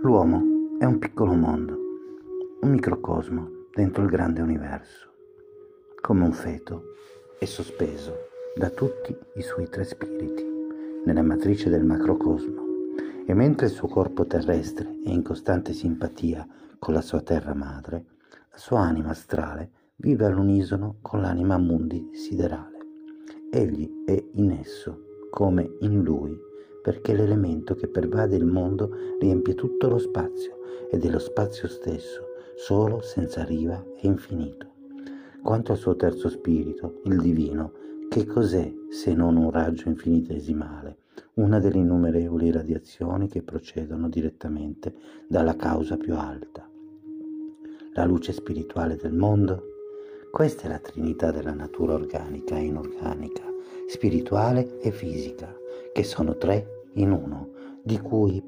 L'uomo è un piccolo mondo, un microcosmo dentro il grande universo. Come un feto è sospeso da tutti i suoi tre spiriti nella matrice del macrocosmo, e mentre il suo corpo terrestre è in costante simpatia con la sua terra madre, la sua anima astrale vive all'unisono con l'anima mundi siderale. Egli è in esso come in lui, perché l'elemento che pervade il mondo riempie tutto lo spazio ed è lo spazio stesso, solo, senza riva e infinito. Quanto al suo terzo spirito, il divino, che cos'è se non un raggio infinitesimale, una delle innumerevoli radiazioni che procedono direttamente dalla causa più alta? La luce spirituale del mondo? Questa è la trinità della natura organica e inorganica, spirituale e fisica, che sono tre in uno, di cui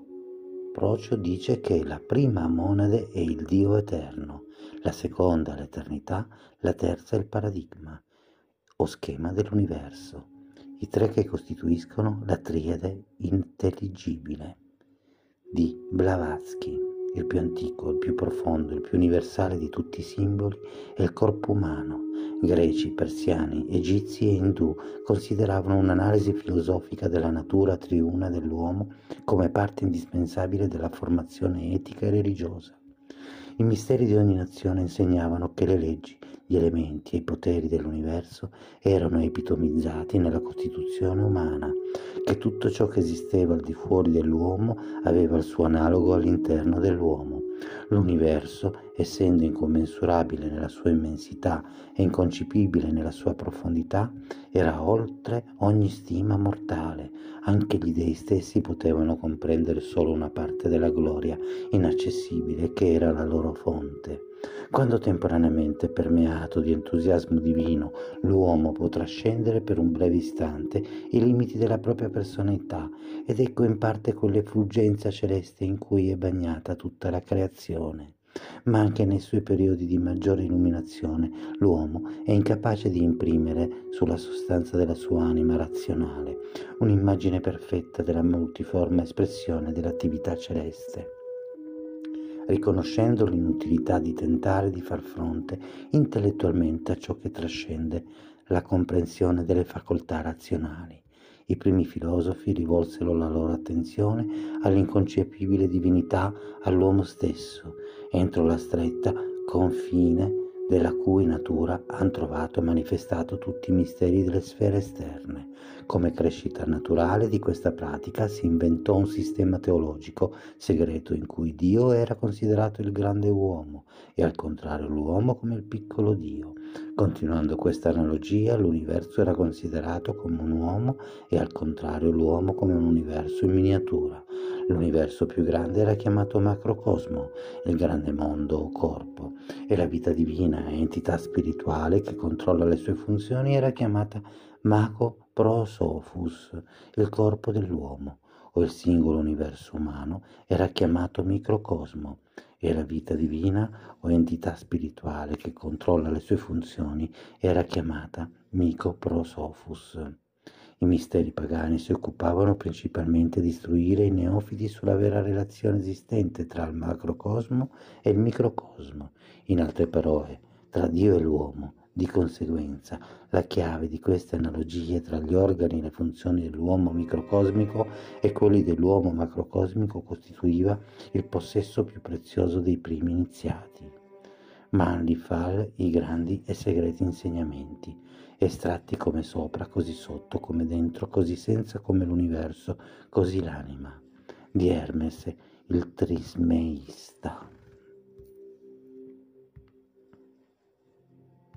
Proccio dice che la prima monade è il Dio eterno, la seconda l'eternità, la terza il paradigma o schema dell'universo, i tre che costituiscono la triade intelligibile di Blavatsky. Il più antico, il più profondo, il più universale di tutti i simboli è il corpo umano. Greci, persiani, egizi e indù consideravano un'analisi filosofica della natura triuna dell'uomo come parte indispensabile della formazione etica e religiosa. I misteri di ogni nazione insegnavano che le leggi, gli elementi e i poteri dell'universo erano epitomizzati nella Costituzione umana, che tutto ciò che esisteva al di fuori dell'uomo aveva il suo analogo all'interno dell'uomo. L'universo, essendo incommensurabile nella sua immensità e inconcepibile nella sua profondità, era oltre ogni stima mortale. Anche gli dei stessi potevano comprendere solo una parte della gloria inaccessibile che era la loro fonte. Quando temporaneamente permeato di entusiasmo divino, l'uomo può trascendere per un breve istante i limiti della propria personalità, ed ecco in parte quell'effulgenza celeste in cui è bagnata tutta la creazione. Ma anche nei suoi periodi di maggiore illuminazione l'uomo è incapace di imprimere sulla sostanza della sua anima razionale un'immagine perfetta della multiforme espressione dell'attività celeste, riconoscendo l'inutilità di tentare di far fronte intellettualmente a ciò che trascende la comprensione delle facoltà razionali. I primi filosofi rivolsero la loro attenzione all'inconcepibile divinità, all'uomo stesso, entro la stretta confine della cui natura han trovato e manifestato tutti i misteri delle sfere esterne. Come crescita naturale di questa pratica si inventò un sistema teologico segreto in cui Dio era considerato il grande uomo e al contrario l'uomo come il piccolo Dio. Continuando questa analogia, l'universo era considerato come un uomo e al contrario l'uomo come un universo in miniatura. L'universo più grande era chiamato macrocosmo, il grande mondo o corpo, e la vita divina, entità spirituale che controlla le sue funzioni, era chiamata Macrosophus, il corpo dell'uomo, o il singolo universo umano era chiamato microcosmo, e la vita divina o entità spirituale che controlla le sue funzioni era chiamata Microsophus. I misteri pagani si occupavano principalmente di istruire i neofiti sulla vera relazione esistente tra il macrocosmo e il microcosmo, in altre parole, tra Dio e l'uomo. Di conseguenza, la chiave di queste analogie tra gli organi e le funzioni dell'uomo microcosmico e quelli dell'uomo macrocosmico costituiva il possesso più prezioso dei primi iniziati. Manlifal i grandi e segreti insegnamenti, estratti come sopra, così sotto, come dentro, così senza come l'universo, così l'anima, di Hermes il Trismeista.